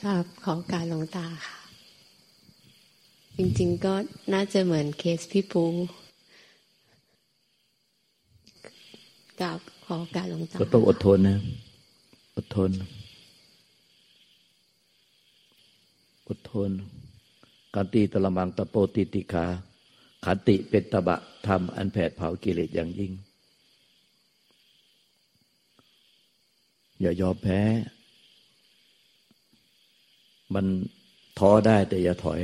ครับขอการหลวงตาค่ะจริงๆก็น่าจะเหมือนเคสพี่ปูกับขอการหลวงตาก็ต้องอดทนนะอดทนขันติตละมังตะโปติติขาขันติเป็นตบะธรรมอันแผดเผากิเลสอย่างยิ่งอย่ายอมแพ้มันท้อได้แต่อย่าถอย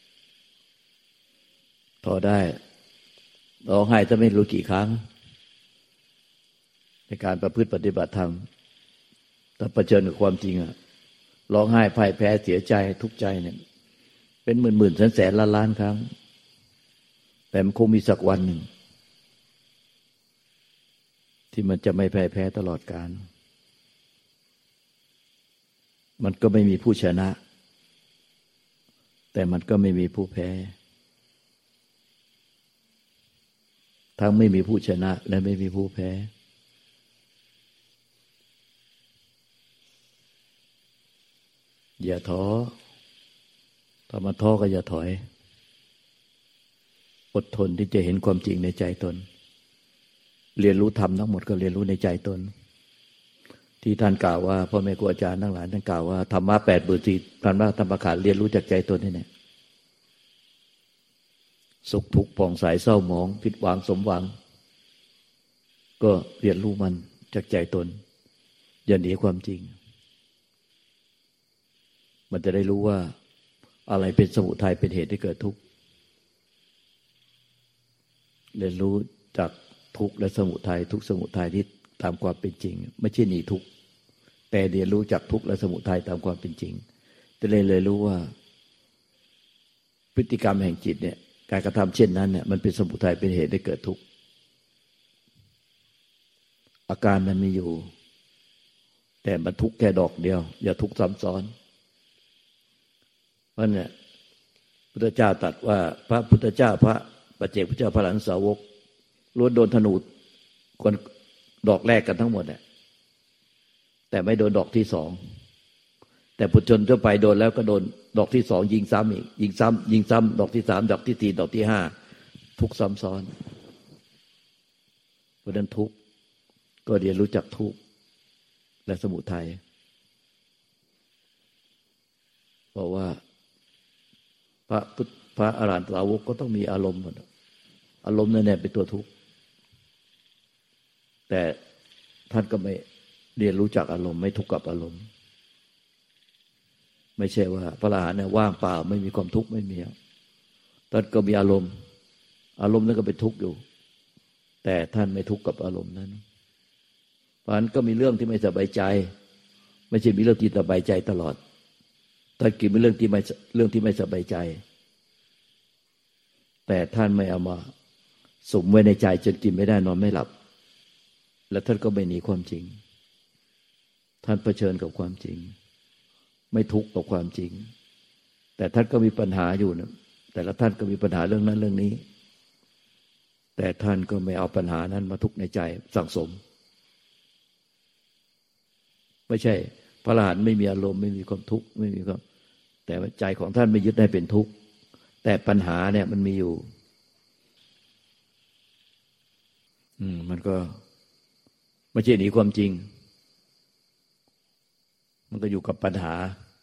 ท้อได้ร้องไห้จะไม่รู้กี่ครั้งในการประพฤติปฏิบัติธรรมแต่เผชิญกับความจริงอะร้องไห้พ่ายแพ้เสียใจทุกข์ใจเนี่ยเป็นหมื่นๆแสนๆล้านๆครั้งแต่มันคงมีสักวันหนึ่งที่มันจะไม่พ่ายแพ้ตลอดกาลมันก็ไม่มีผู้ชนะแต่มันก็ไม่มีผู้แพ้ทั้งไม่มีผู้ชนะและไม่มีผู้แพ้อย่าท้อถ้ามันท้อก็อย่าถอยอดทนที่จะเห็นความจริงในใจตนเรียนรู้ธรรมทั้งหมดก็เรียนรู้ในใจตนที่ท่านกล่าวว่าพ่อแม่ครูอาจารย์ทั้งหลายท่านกล่าวว่าธรรมะ84ท่านว่าธรรมขันธ์เรียนรู้จากใจตนนี่แหละสุขทุกข์ผ่องใสเศร้าหมองผิดหวังสมหวังก็เรียนรู้มันจากใจตนอย่าหนีความจริงมันจะได้รู้ว่าอะไรเป็นสมุทัยเป็นเหตุให้เกิดทุกข์เรียนรู้จากทุกข์และสมุทัยทุกข์สมุทัยที่ตามความเป็นจริงไม่ใช่หนีทุกข์แต่เรียนรู้จากทุกข์และสมุทัยตามความเป็นจริงจะเลยรู้ว่าพฤติกรรมแห่งจิตเนี่ยการกระทำเช่นนั้นเนี่ยมันเป็นสมุทัยเป็นเหตุให้เกิดทุกข์อาการมันมีอยู่แต่มันทุกข์แค่ดอกเดียวอย่าทุกข์ซ้ำซ้อนเพราะเนี่ยพุทธเจ้าตรัสว่าพระพุทธเจ้าพระปัจเจกพุทธเจ้าพระอรหันตสาวกล้วนโดนธนูคนดอกแรกกันทั้งหมดเนี่ยแต่ไม่โดนดอกที่สองแต่ปุถุชนทั่วไปโดนแล้วก็โดนดอกที่สองยิงซ้ำอีกยิงซ้ำดอกที่สามดอกที่สี่ดอกที่ห้าทุกซ้ำซ้อนเพราะนั้นทุกก็เรียนรู้จักทุกและสมุทัยเพราะว่าพระอรหันตสาวกก็ต้องมีอารมณ์หมดอารมณ์นั่นแหละเป็นตัวทุกข์แต่ท่านก็ไม่เรียนรู้จักอารมณ์ไม่ทุกข์กับอารมณ์ไม่ใช่ว่าพระอรหันต์เนี่ยว่างเปล่าไม่มีความทุกข์ไม่มีท่านก็มีอารมณ์นั้นก็เป็นทุกข์อยู่แต่ท่านไม่ทุกข์กับอารมณ์นั้นเพราะฉะนั้นก็มีเรื่องที่ไม่สบายใจไม่ใช่มีเรื่องที่สบายใจตลอดท่านกินเป็นเรื่องที่ไม่สบายใจแต่ท่านไม่เอามาสุมไว้ในใจจนกินไม่ได้นอนไม่หลับและท่านก็ไม่หนีความจริงท่านเผชิญกับความจริงไม่ทุกข์กับความจริงแต่ท่านก็มีปัญหาอยู่นะแต่ละท่านก็มีปัญหาเรื่องนั้นเรื่องนี้แต่ท่านก็ไม่เอาปัญหานั้นมาทุกข์ในใจสั่งสมไม่ใช่พระอรหันต์ไม่มีอารมณ์ไม่มีความทุกข์ไม่มีความแต่ใจของท่านไม่ยึดให้เป็นทุกข์แต่ปัญหาเนี่ยมันมีอยู่มันก็ไม่ใช่หนีความจริงมันก็อยู่กับปัญหา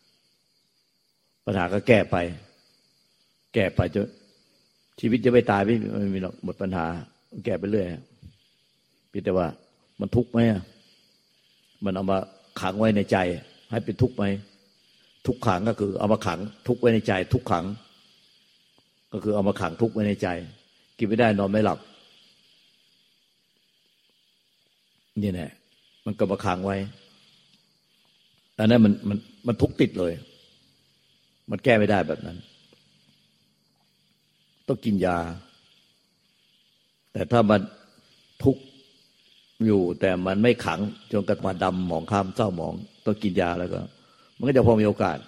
ก็แก้ไปจนชีวิตจะไม่ตายไม่มีหรอกหมดปัญหาแก้ไปเรื่อยพี่แต่ว่ามันทุกข์ไหมมันเอามาขังไว้ในใจให้เป็นทุกข์ไหมทุกขังก็คือเอามาขังทุกข์ไว้ในใจทุกขังก็คือเอามาขังทุกข์ไว้ในใจกินไม่ได้นอนไม่หลับนี่แหละมันก็มาขังไว้อันนั้นมันทุกข์ติดเลยมันแก้ไม่ได้แบบนั้นต้องกินยาแต่ถ้ามันทุกข์อยู่แต่มันไม่ขังจนกระทั่งมาดำหมองคล้ำเศร้าหมองต้องกินยาแล้วก็มันก็จะพอมีโอกาส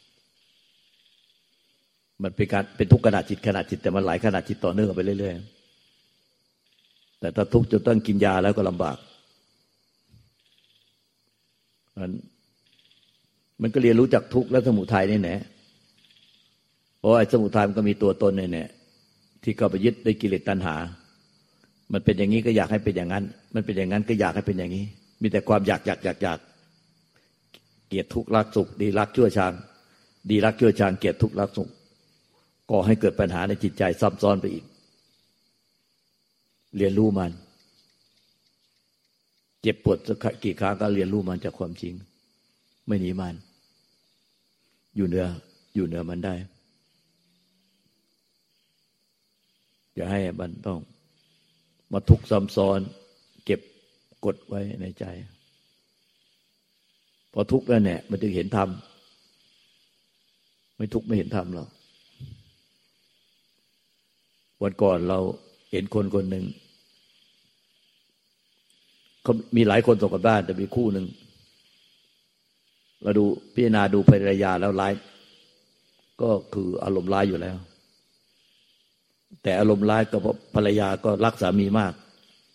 มันเป็นทุกข์ขณะจิตแต่มันหลายขณะจิตต่อเนื่องไปเรื่อยๆแต่ถ้าทุกข์จนต้องกินยาแล้วก็ลำบากมันมันก็เรียนรู้จากทุกข์และสมุทัยนี่แหละเพราะไอ้สมุทัยมันก็มีตัวตนเนี่ยที่เข้าไปยึดด้วยกิเลสตัณหามันเป็นอย่างนี้ก็อยากให้เป็นอย่างนั้นมันเป็นอย่างนั้นก็อยากให้เป็นอย่างนี้มีแต่ความอยากเกลียดทุกข์รักสุขดีรักชั่วชังดีรักชั่วชังเกลียดทุกข์รักสุขก่อให้เกิดปัญหาในจิตใจซับซ้อนไปอีกเรียนรู้มันเจ็บปวดสักกี่ครั้งก็เรียนรู้มันจากความจริงไม่หนีมันอยู่เหนือมันได้อย่าให้มันต้องมาทุกข์ซ้ำซ้อนเก็บกดไว้ในใจพอทุกข์แล้วเนี่ยมันจึงเห็นธรรมไม่ทุกข์ไม่เห็นธรรมหรอกวันก่อนเราเห็นคนคนหนึ่งเขามีหลายคนส่งกันบ้านแต่มีคู่หนึ่งเราดูพิจารณาดูภรรยาแล้วร้ายก็คืออารมณ์ร้ายอยู่แล้วแต่อารมณ์ร้ายก็เพราะภรรยาก็รักสามีมาก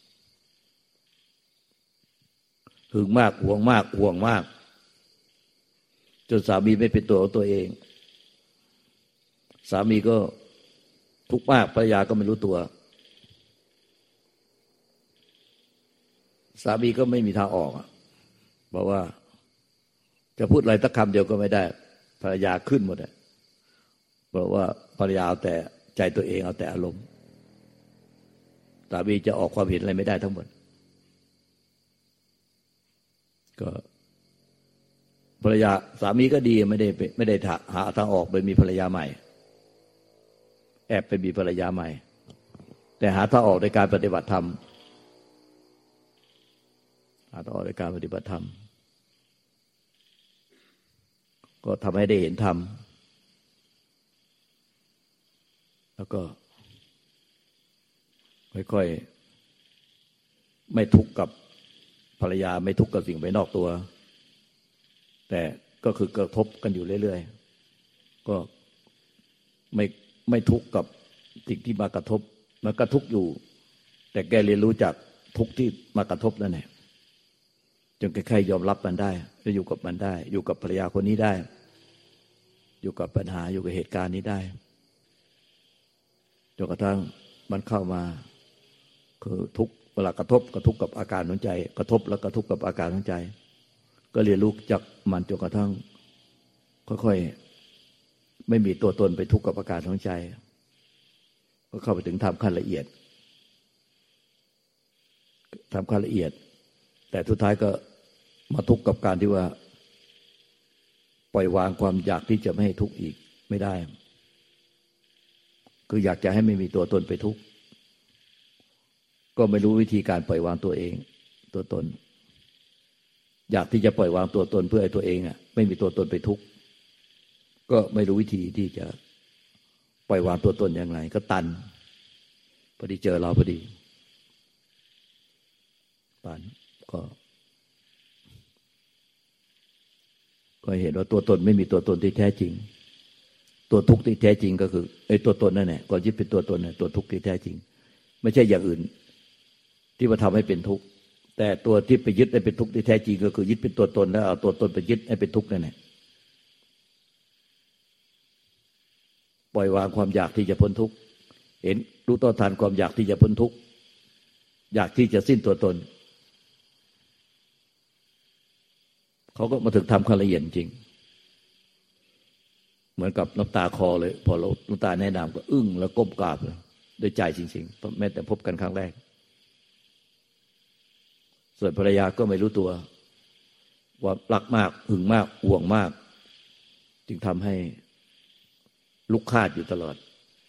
หึงมากห่วงมากจนสามีไม่เป็นตัวของตัวเองสามีก็ทุกข์มากภรรยาก็ไม่รู้ตัวสามีก็ไม่มีทางออกบอกว่าจะพูดอะไรสักคำเดียวก็ไม่ได้ภรรยาขึ้นหมดเลยเพราะว่าภรรยาเอาแต่ใจตัวเองเอาแต่อารมณ์สามีจะออกความเห็นอะไรไม่ได้ทั้งหมดก็ภรรยาสามีก็ดีไม่ได้หาทางออกไปมีภรรยาใหม่แอบไปมีภรรยาใหม่แต่หาทางออกในการปฏิบัติธรรมก็ทำให้ได้เห็นธรรมแล้วก็ค่อยๆไม่ทุกข์กับภรรยาไม่ทุกข์กับสิ่งภายนอกตัวแต่ก็คือกระทบกันอยู่เรื่อยๆก็ไม่ทุกข์กับสิ่งที่มากระทบมันก็ทุกข์อยู่แต่แกเรียนรู้จากทุกข์ที่มากระทบนั่นแหละจนแกยอมรับมันได้จะอยู่กับมันได้อยู่กับภรรยาคนนี้ได้อยู่กับปัญหาอยู่กับเหตุการณ์นี้ได้จนกระทั่งมันเข้ามาคือทุกเวลากระทบก็ทุกข์กับอาการของใจกระทบแล้วก็ทุกข์กับอาการของใจก็เรียนรู้จากมันจนกระทั่งค่อยๆไม่มีตัวตนไปทุกข์กับอาการของใจก็เข้าไปถึงธรรมขั้นละเอียดแต่สุดท้ายก็มาทุกข์กับการที่ว่าปล่อยวางความอยากที่จะไม่ให้ทุกข์อีกไม่ได้คืออยากจะให้ไม่มีตัวตนไปทุกข์ก็ไม่รู้วิธีการปล่อยวางตัวเองตัวตนอยากที่จะปล่อยวางตัวตนเพื่อให้ตัวเองไม่มีตัวตนไปทุกข์ก็ไม่รู้วิธีที่จะปล่อยวางตัวตนอย่างไรก็ตันพอดีเจอเราพอดีตันก็เห็นว่าตัวตนไม่มีตัวตนที่แท้จริงตัวทุกข์ที่แท้จริงก็คือไอ้ตัวตนนั่นแหละก่อนยึดเป็นตัวตนน่ะตัวทุกข์ที่แท้จริงไม่ใช่อย่างอื่นที่มาทำให้เป็นทุกข์แต่ตัวที่ไปยึดให้เป็นทุกข์ที่แท้จริงก็คือยึดเป็นตัวตนแล้วเอาตัวตนไปยึดให้เป็นทุกข์นั่นแหละปล่อยวางความอยากที่จะพ้นทุกข์เห็นรู้ต่อทานความอยากที่จะพ้นทุกข์อยากที่จะสิ้นตัวตนเขาก็มาถึงทำขั้นละเอียดจริงเหมือนกับน้ำตาคอเลยพอเราน้ำตาแนะนำก็อึ้งแล้วก้มกราบเลยด้วยใจจริงๆเพราะแม้แต่พบกันครั้งแรกส่วนภรรยาก็ไม่รู้ตัวว่ารักมากหึงมากห่วงมากจึงทำให้ลุกคาดอยู่ตลอด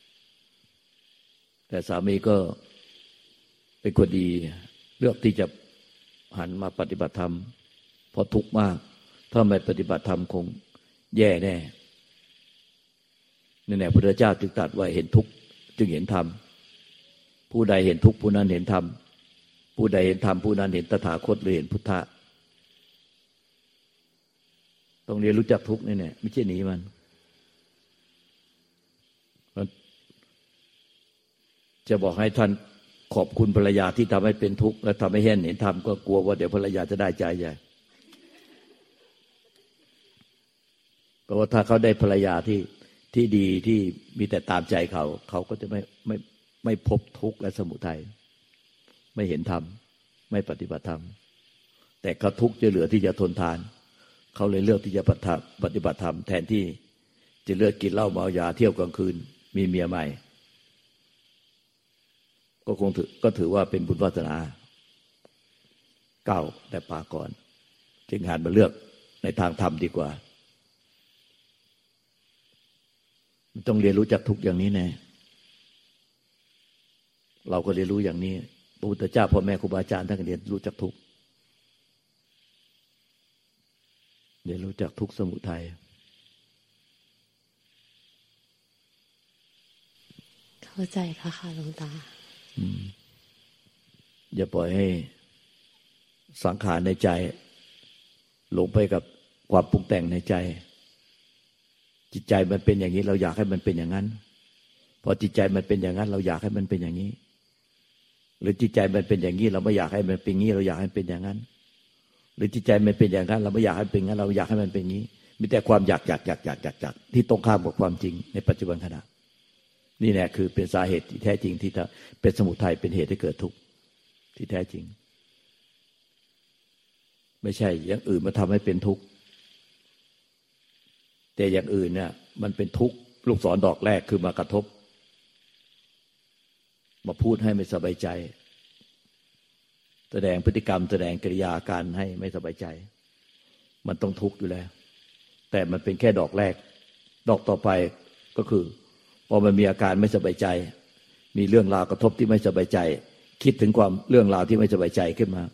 แต่สามีก็เป็นคนดีเลือกที่จะหันมาปฏิบัติธรรมเพราะทุกข์มากถ้าไม่ปฏิบัติธรรมคงแย่แน่นี่แหละพระพุทธเจ้าจึงตรัสว่าเห็นทุกข์จึงเห็นธรรมผู้ใดเห็นทุกข์ผู้นั้นเห็นธรรมผู้ใดเห็นธรรมผู้นั้นเห็นตถาคตหรือเห็นพุทธะต้องเรียนรู้จักทุกข์นี่แหละไม่ใช่หนีมันจะบอกให้ท่านขอบคุณภรรยาที่ทำให้เป็นทุกข์และทำให้เห็นธรรมก็กลัวว่าเดี๋ยวภรรยาจะได้ใจใหญ่เพราะว่าถ้าเขาได้ภรรยาที่ดีที่มีแต่ตามใจเขาก็จะไม่พบทุกข์และสมุทัยไม่เห็นธรรมไม่ปฏิบัติธรรมแต่เขาทุกข์จะเหลือที่จะทนทานเขาเลยเลือกที่จะปฏิบัติธรรมแทนที่จะเลือกกินเหล้าเมายาเที่ยวกลางคืนมีเมียใหม่ก็ถือว่าเป็นบุญวาสนาเก่าแต่ปาก่อนจึงหันมาเลือกในทางธรรมดีกว่าต้องเรียนรู้จักทุกอย่างนี้แน่เราก็เรียนรู้อย่างนี้พระพุทธเจ้าพ่อแม่ครูบาอาจารย์ท่านก็เรียนรู้จักทุกเรียนรู้จักทุกสมุทัยเข้าใจแล้วค่ะหลวงตาอย่าปล่อยให้สังขารในใจหลงไปกับความปรุงแต่งในใจจิตใจมันเป็นอย่างนี้เราอยากให้มันเป็นอย่างนั้นพอจิตใจมันเป็นอย่างนั้นเราอยากให้มันเป็นอย่างนี้หรือจิตใจมันเป็นอย่างนี้เราไม่อยากให้มันเป็นอย่างนี้เราอยากให้มันเป็นอย่างนั้นหรือจิตใจมันเป็นอย่างนั้นเราไม่อยากให้มันเป็นอย่างนั้นเราอยากให้มันเป็นอย่างนี้มีแต่ความอยากที่ตรงข้ามกับความจริงในปัจจุบันขณะนี่แหละคือเป็นสาเหตุที่แท้จริงที่เป็นสมุทัยเป็นเหตุให้เกิดทุกข์ที่แท้จริงไม่ใช่อย่างอื่นมาทำให้เป็นทุกข์แต่อย่างอื่นเนี่ยมันเป็นทุกข์ลูกศรดอกแรกคือมากระทบมาพูดให้ไม่สบายใจแสดงพฤติกรรมแสดงกิริยาการให้ไม่สบายใจมันต้องทุกข์อยู่แล้วแต่มันเป็นแค่ดอกแรกดอกต่อไปก็คือพอมันมีอาการไม่สบายใจมีเรื่องราวกระทบที่ไม่สบายใจคิดถึงความเรื่องราวที่ไม่สบายใจขึ้นมา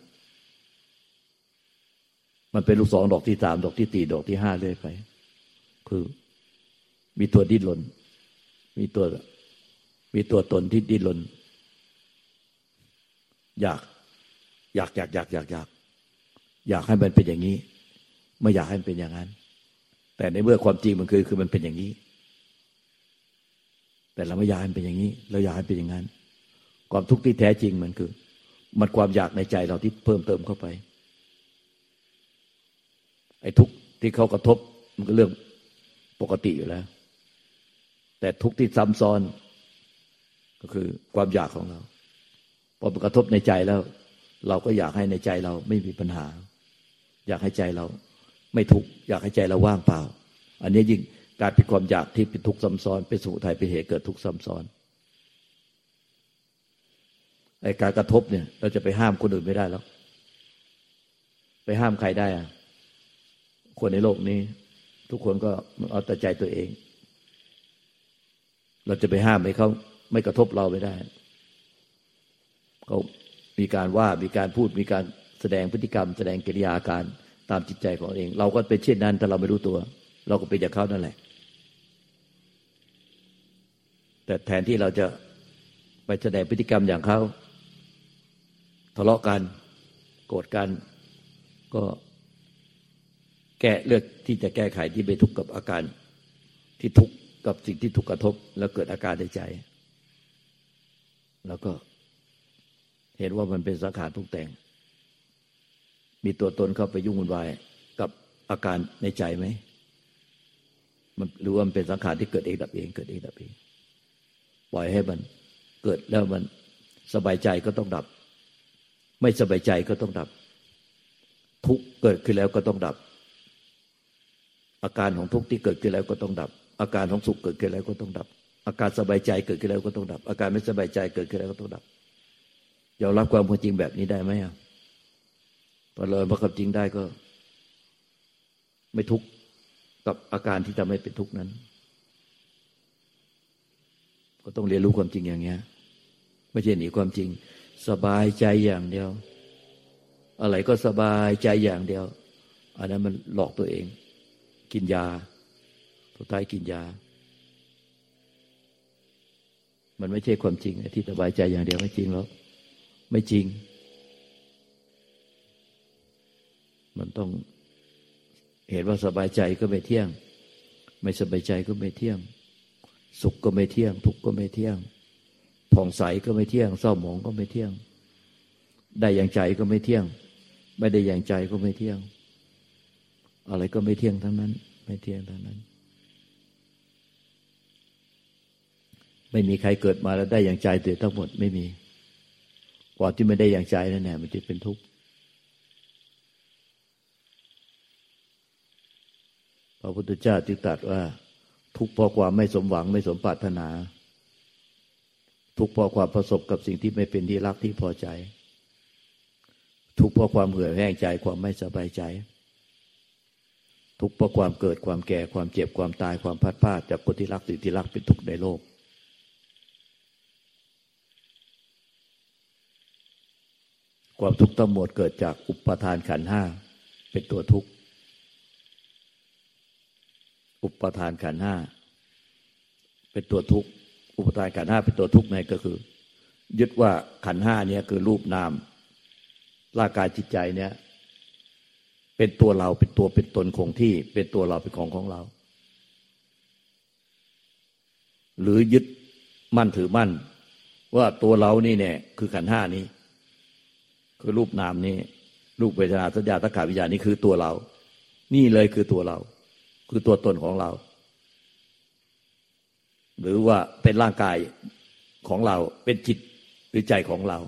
มันเป็นลูกศรดอกที่3ดอกที่4ดอกที่5เรื่อยไปคือมีตัวดิ้นรนมีตัวตนที่ดิ้นรนอยากให้มันเป็นอย่างนี้ไม่อยากให้มันเป็นอย่างนั้นแต่ในเมื่อความจริงมันคือมันเป็นอย่างนี้แต่เราไม่อยากให้มันเป็นอย่างนี้เราอยากให้เป็นอย่างนั้นความทุกข์ที่แท้จริงมันคือมันความอยากในใจเราที่เพิ่มเติมเข้าไปไอ้ทุกข์ที่เขากระทบมันก็เรื่องปกติอยู่แล้วแต่ทุกข์ที่ซ้ำซ้อนก็คือความอยากของเราพอมันกระทบในใจแล้วเราก็อยากให้ในใจเราไม่มีปัญหาอยากให้ใจเราไม่ทุกข์อยากให้ใจเราว่างเปล่าอันนี้ยิ่งกลายเป็นความอยากที่เป็นทุกข์ซ้ำซ้อนเป็นสมุทัยเป็นเหตุเกิดทุกข์ซ้ำซ้อนไอ้การกระทบเนี่ยเราจะไปห้ามคนอื่นไม่ได้แล้วไปห้ามใครได้อะคนในโลกนี้ทุกคนก็เอาแต่ใจตัวเองเราจะไปห้ามให้เขาไม่กระทบเราไม่ได้เขามีการว่ามีการพูดมีการแสดงพฤติกรรมแสดงกิริยาการตามจิตใจของเองเราก็เป็นเช่นนั้นถ้าเราไม่รู้ตัวเราก็เป็นอย่างเขานั่นแหละแต่แทนที่เราจะไปแสดงพฤติกรรมอย่างเขาทะเลาะกันโกรธกันก็เลือกที่จะแก้ไขที่ไปทุกข์กับอาการที่ทุกข์กับสิ่งที่ถูกกระทบแล้วเกิดอาการในใจแล้วก็เห็นว่ามันเป็นสังขารปรุงแต่งมีตัวตนเข้าไปยุ่งวุ่นวายกับอาการในใจไหมมันหรือว่ามันเป็นสังขารที่เกิดเองดับเองเกิดเองดับเองปล่อยให้มันเกิดแล้วมันสบายใจก็ต้องดับไม่สบายใจก็ต้องดับทุกข์เกิดขึ้นแล้วก็ต้องดับอาการของทุกข์ที่เกิดขึ้นแล้วก็ต้องดับอาการของสุขเกิดขึ้นแล้วก็ต้องดับอาการสบายใจเกิดขึ้นแล้วก็ต้องดับอาการไม่สบายใจเกิดขึ้นแล้วก็ต้องดับยอมรับความเป็นจริงแบบนี้ได้ไหมอ่ะพอเราพอความจริงได้ก็ไม่ทุกข์กับอาการที่ทำให้เป็นทุกข์นั้นก็ต้องเรียนรู้ความจริงอย่างเงี้ยไม่ใช่หนีความจริงสบายใจอย่างเดียวอะไรก็สบายใจอย่างเดียวอันนั้นมันหลอกตัวเองกินยาสุดท้ายกินยามันไม่ใช่ความจริงที่สบายใจอย่างเดียวไม่จริงหรอกไม่จริงมันต้องเห็นว่าสบายใจก็ไม่เที่ยงไม่สบายใจก็ไม่เที่ยงสุขก็ไม่เที่ยงทุกข์ก็ไม่เที่ยงผ่องใสก็ไม่เที่ยงเศร้าหมองก็ไม่เที่ยงได้อย่างใจก็ไม่เที่ยงไม่ได้อย่างใจก็ไม่เที่ยงอะไรก็ไม่เที่ยงทั้งนั้นไม่เที่ยงทั้งนั้นไม่มีใครเกิดมาแล้วได้อย่างใจตัวทั้งหมดไม่มีก่อนที่ไม่ได้อย่างใจนั่นแหละมันจะเป็นทุกข์พระพุทธเจ้าจึงตรัสว่าทุกข์เพราะความไม่สมหวังไม่สมปรารถนาทุกข์เพราะความประสบกับสิ่งที่ไม่เป็นที่รักที่พอใจทุกข์เพราะความเหื่อยแห้งใจความไม่สบายใจทุกข์เพราะความเกิดความแก่ความเจ็บความตายความพลัดพรากจากคนที่รักสิ่งที่รักเป็นทุกข์ในโลกความทุกข์ทั้งหมดเกิดจากอุปาทานขันธ์ห้าเป็นตัวทุกข์อุปาทานขันธ์ห้าเป็นตัวทุกข์อุปาทานขันธ์ห้าเป็นตัวทุกข์ในก็คือยึดว่าขันธ์ห้าเนี่ยคือรูปนามร่างกายจิตใจเนี่ยเป็นตัวเราเป็นตัวเป็นตนคงที่เป็นตัวเราเป็นของเราหรือยึดมั่นถือมั่นว่าตัวเรานี่เนี่ยคือขันธ์ห้านี้คือรูปนามนี้รูปเวทนาสัญญาสังขารวิญญาณนี่คือตัวเรานี่เลยคือตัวเราคือตัวตนของเราหรือว่าเป็นร่างกายของเราเป็นจิตหรือใจของเรา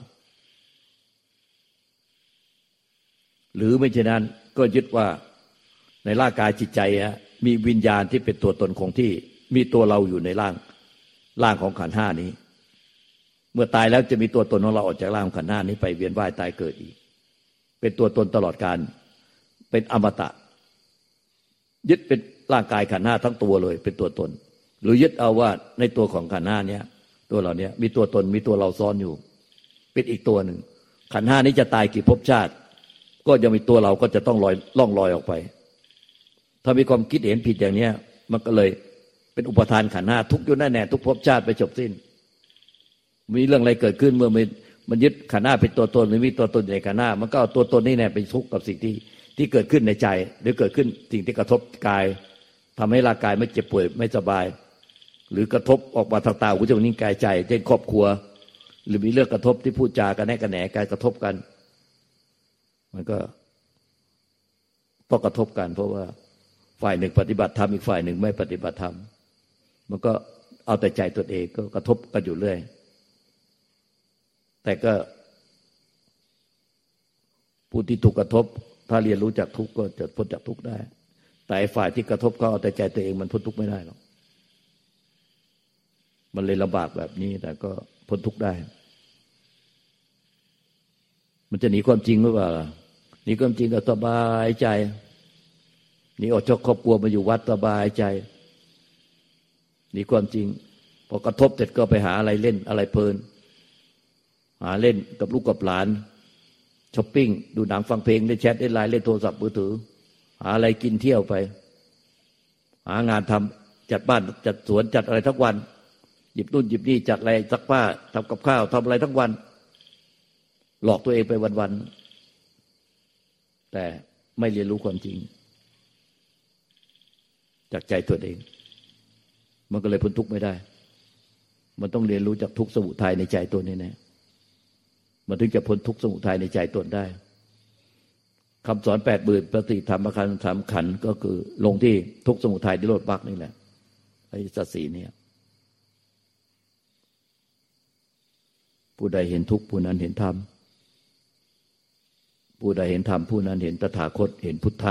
หรือไม่เช่นนั้นก็ยึดว่าในร่างกายจิตใจมีวิญญาณที่เป็นตัวตนคงที่มีตัวเราอยู่ในร่างของขันธ์ห้านี้เมื่อตายแล้วจะมีตัวตนของเราออกจากร่างของขันธ์ห้านี้ไปเวียนว่ายตายเกิดอีกเป็นตัวตนตลอดกาลเป็นอมตะยึดเป็นร่างกายขันธ์ห้าทั้งตัวเลยเป็นตัวตนหรือยึดเอาว่าในตัวของขันธ์ห้านี้ตัวเราเนี้ยมีตัวตนมีตัวเราซ้อนอยู่เป็นอีกตัวหนึ่งขันธ์ห้านี้จะตายกี่ภพชาติก็ยังมีตัวเราก็จะต้องล่องลอยออกไปถ้ามีความคิดเห็นผิดอย่างนี้มันก็เลยเป็นอุปทานขันธ์ห้าทุกข์อยู่แน่ๆทุกภพชาติไปจบสิ้นมีเรื่องอะไรเกิดขึ้นเมื่อมันยึดขันธ์ห้าเป็นตัวตนหรือมีตัวตนในขันธ์ห้ามันก็เอาตัวตนนี่แน่ไปทุกข์กับสิ่งที่เกิดขึ้นในใจหรือเกิดขึ้นสิ่งที่กระทบกายทำให้ร่างกายไม่เจ็บป่วยไม่สบายหรือกระทบออกมาทางตาหูจมูกนิ้วกายใจเช่นครอบครัวหรือมีเรื่องกระทบที่พูดจากันแน่กันแหนการกระทบกันมันก็ต้องกระทบกันเพราะว่าฝ่ายหนึ่งปฏิบัติธรรมอีกฝ่ายหนึ่งไม่ปฏิบัติธรรมมันก็เอาแต่ใจตัวเองก็กระทบกันอยู่เรื่อยแต่ก็ผู้ที่ถูกกระทบถ้าเรียนรู้จากทุกข์ก็จะพ้นจากทุกข์ได้แต่ฝ่ายที่กระทบก็เอาแต่ใจตัวเองมันพ้นทุกข์ไม่ได้หรอกมันเลยลำบากแบบนี้แต่ก็พ้นทุกข์ได้มันจะหนีความจริงหรือเปล่าหนีความจริงก็สบายใจหนีออกจากครอบครัวมาอยู่วัดสบายใจหนีความจริงพอกระทบเสร็จก็ไปหาอะไรเล่นอะไรเพลินหาเล่นกับลูกกับหลานช้อปปิ้งดูหนังฟังเพลงเล่นแชทเล่นไลน์เล่นโทรศัพท์มือถือหาอะไรกินเที่ยวไปหางานทำจัดบ้านจัดสวนจัดอะไรทั้งวันหยิบนู่นหยิบนี่จัดอะไรซักผ้าทำกับข้าวทำอะไรทั้งวันหลอกตัวเองไปวันๆแต่ไม่เรียนรู้ความจริงจากใจตัวเองมันก็เลยพ้นทุกข์ไม่ได้มันต้องเรียนรู้จากทุกข์สมุทัยในใจตัวนี้นะมันถึงจะพ้นทุกข์สมุทัยในใจตนได้คำสอน80,000ปฏิธรรมขันธ์3ขันธ์ก็คือลงที่ทุกข์สมุทัยนิโรธมรรคนี่แหละไอ้สัจสี่เนี่ยผู้ใดเห็นทุกข์ผู้นั้นเห็นธรรมผู้ใดเห็นธรรมผู้นั้นเห็นตถาคตเห็นพุทธะ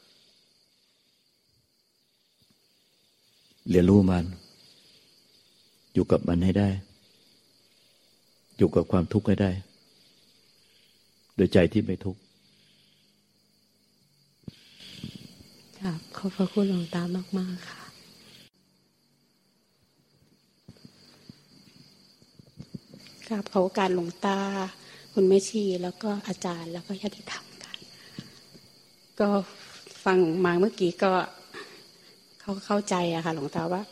เรียนรู้มันอยู่กับมันให้ได้อยู่กับความทุกข์ให้ได้โดยใจที่ไม่ทุกข์ครับขอบพระคุณหลวงตามากๆค่ะครับขอโอกาสหลวงตาคุณแม่ชีแล้วก็อาจารย์แล้วก็ญาติธรรมกันก็ฟังมาเมื่อกี้ก็เข้าใจอะค่ะหลวงตาว่า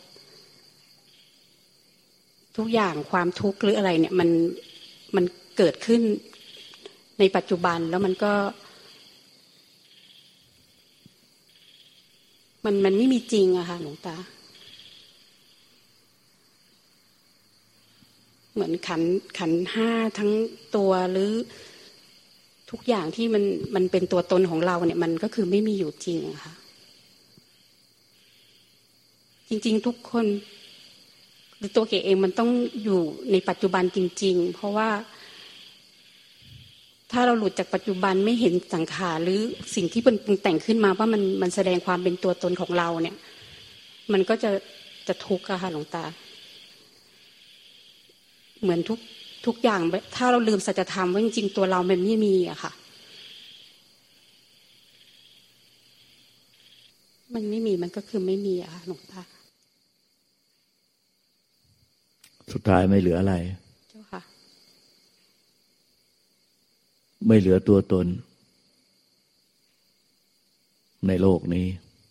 ทุกอย่างความทุกข์หรืออะไรเนี่ยมันเกิดขึ้นในปัจจุบันแล้วมันก็มันไม่มีจริงอะค่ะหลวงตาเหมือนขันธ์ห้าทั้งตัวหรือทุกอย่างที่มันเป็นตัวตนของเราเนี่ยมันก็คือไม่มีอยู่จริงอะค่ะจริงๆทุกคนหรือตัวเก๋เองมันต้องอยู่ในปัจจุบันจริงๆเพราะว่าถ้าเราหลุดจากปัจจุบันไม่เห็นสังขารหรือสิ่งที่เป็นปรุงแต่งขึ้นมาว่ามันแสดงความเป็นตัวตนของเราเนี่ยมันก็จะทุกข์อะค่ะหลวงตาเหมือนทุกอย่างถ้าเราลืมสัจธรรมว่าจริงๆตัวเรามันไม่มีอะค่ะมันไม่มีมันก็คือไม่มีอะค่ะหลวงตาสุดท้ายไม่เหลืออะไรเจ้าค่ะไม่เหลือตัวตนในโลกนี้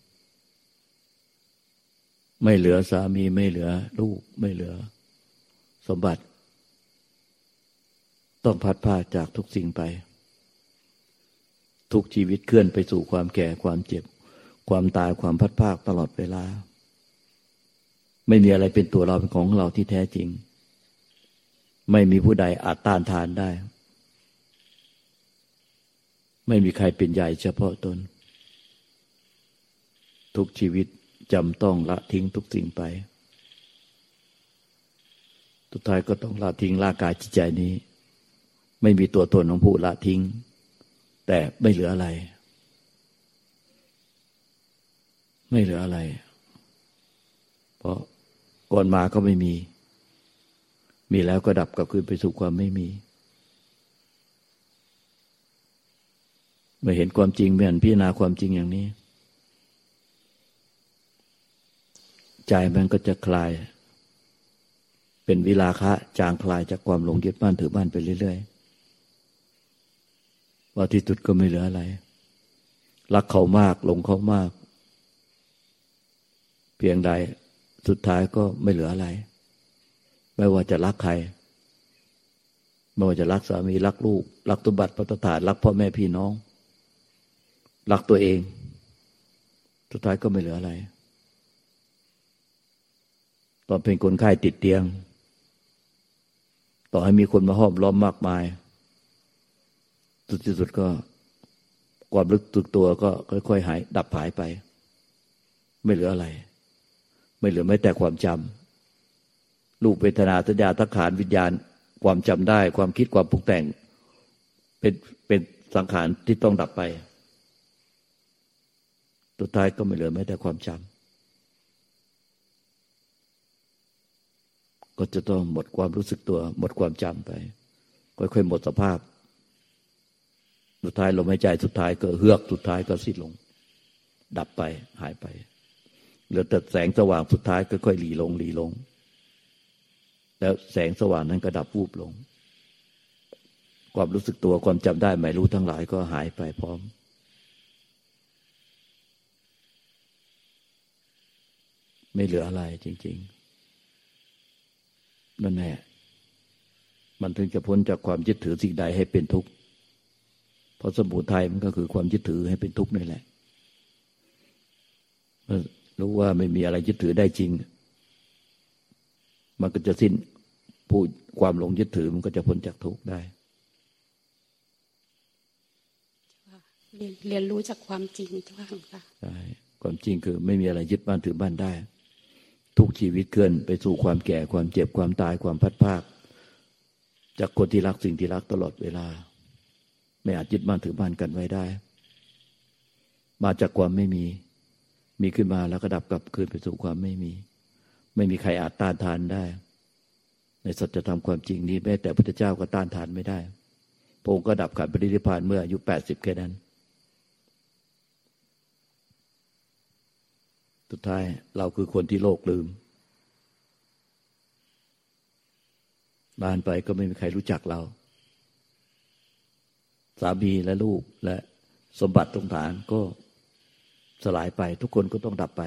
ไม่เหลือสามีไม่เหลือลูกไม่เหลือสมบัติต้องพัดพรากจากทุกสิ่งไปทุกชีวิตเคลื่อนไปสู่ความแก่ความเจ็บความตายความพัดพรากตลอดเวลาไม่มีอะไรเป็นตัวเราเป็นของเราที่แท้จริงไม่มีผู้ใดอาจต้านทานได้ไม่มีใครเป็นใหญ่เฉพาะตนทุกชีวิตจำต้องละทิ้งทุกสิ่งไปสุดท้ายก็ต้องละทิ้งร่างกายจิตใจนี้ไม่มีตัวตนของผู้ละทิ้งแต่ไม่เหลืออะไรไม่เหลืออะไรเพราะก่อนมาก็ไม่มีแล้วก็ดับกลับคืนไปสู่ความไม่มีเมื่อเห็นความจริงเมื่อพิจารณาความจริงอย่างนี้ใจมันก็จะคลายเป็นวิราคะจางคลายจากความหลงยึดมั่นถือมั่นไปเรื่อยๆว่าที่สุดก็ไม่เหลืออะไรรักเขามากหลงเขามากเพียงใดสุดท้ายก็ไม่เหลืออะไรไม่ว่าจะรักใครไม่ว่าจะรักสามีรักลูกรักสมบัติภัตตารักพ่อแม่พี่น้องรักตัวเองสุดท้ายก็ไม่เหลืออะไรตอนเป็นคนไข้ติดเตียงต่อให้มีคนมาห้อมล้อมมากมายสุดก็ความรู้สึกตัวก็ค่อยๆหายดับหายไปไม่เหลืออะไรไม่เหลือแม้แต่ความจำรูปเวทนาสัญญาสังขารวิญญาณความจำได้ความคิดความปรุงแต่งเป็นสังขารที่ต้องดับไปสุดท้ายก็ไม่เหลือแม้แต่ความจำก็จะต้องหมดความรู้สึกตัวหมดความจำไปค่อยๆหมดสภาพสุดท้ายลมหายใจสุดท้ายก็เฮือกสุดท้ายก็สิ้นลงดับไปหายไปเหลือแต่แสงสว่างสุดท้ายค่อยๆหลีลงแล้วแสงสว่างนั้นก็ดับวูบลงความรู้สึกตัวความจำได้หมายรู้ทั้งหลายก็หายไปพร้อมไม่เหลืออะไรจริงๆนั่นแหละมันถึงจะพ้นจากความยึดถือสิ่งใดให้เป็นทุกข์เพราะสมุทัยมันก็คือความยึดถือให้เป็นทุกข์นี่แหละรู้ว่าไม่มีอะไรยึดถือได้จริงมันก็จะสิ้นผู้ความหลงยึดถือมันก็จะพ้นจากทุกข์ได้เรียนรู้จากความจริงทุกครั้งค่ะใช่ความจริงคือไม่มีอะไรยึดมั่นถือมั่นได้ทุกชีวิตเคลื่อนไปสู่ความแก่ความเจ็บความตายความพัดพรากจากคนที่รักสิ่งที่รักตลอดเวลาไม่อาจยึดมั่นถือมั่นกันไว้ได้มาจากความไม่มีขึ้นมาแล้วก็ดับกลับคืนไปสู่ความไม่มีใครอาจต้านทานได้ในสัจธรรมความจริงนี้แม้แต่พระพุทธเจ้าก็ต้านทานไม่ได้พระองค์ก็ดับขันธ์ปรินิพพานเมื่ออายุ80แค่นั้นสุดท้ายเราคือคนที่โลกลืมนานไปก็ไม่มีใครรู้จักเราสามีและลูกและสมบัติตรงฐานก็สลายไปทุกคนก็ต้องดับไป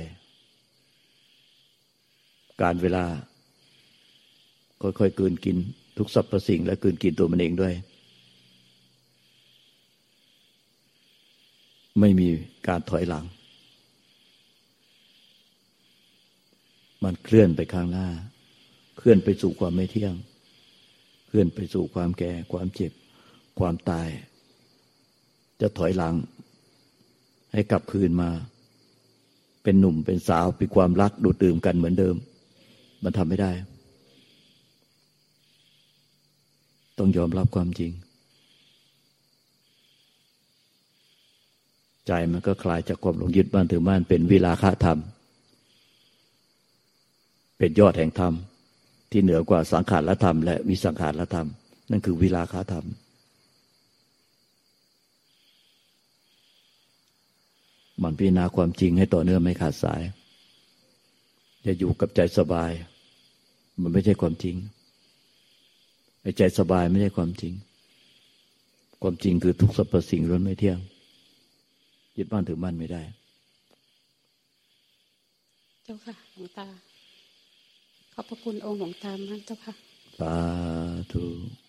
การเวลาค่อยๆกลืนกินทุกสรรพสิ่งและกลืนกินตัวมันเองด้วยไม่มีการถอยหลังมันเคลื่อนไปข้างหน้าเคลื่อนไปสู่ความไม่เที่ยงเคลื่อนไปสู่ความแก่ความเจ็บความตายจะถอยหลังให้กลับคืนมาเป็นหนุ่มเป็นสาวมีความรักดูดดื่มกันเหมือนเดิมมันทำไม่ได้ต้องยอมรับความจริงใจมันก็คลายจากความหลงยึดมั่นถือมั่นเป็นวิราคะธรรมเป็นยอดแห่งธรรมที่เหนือกว่าสังขารธรรมและวิสังขารธรรมนั่นคือวิราคะธรรมมันพิจารณาความจริงให้ต่อเนื่องไม่ขาดสายอย่าอยู่กับใจสบายมันไม่ใช่ความจริงไอ้ใจสบายไม่ใช่ความจริงความจริงคือทุกสรรพสิ่งล้วนไม่เที่ยงยึดมั่นถือมั่นไม่ได้เจ้าค่ะหลวงตาขอบพระคุณองค์หลวงตามากเจ้าค่ะสาธุ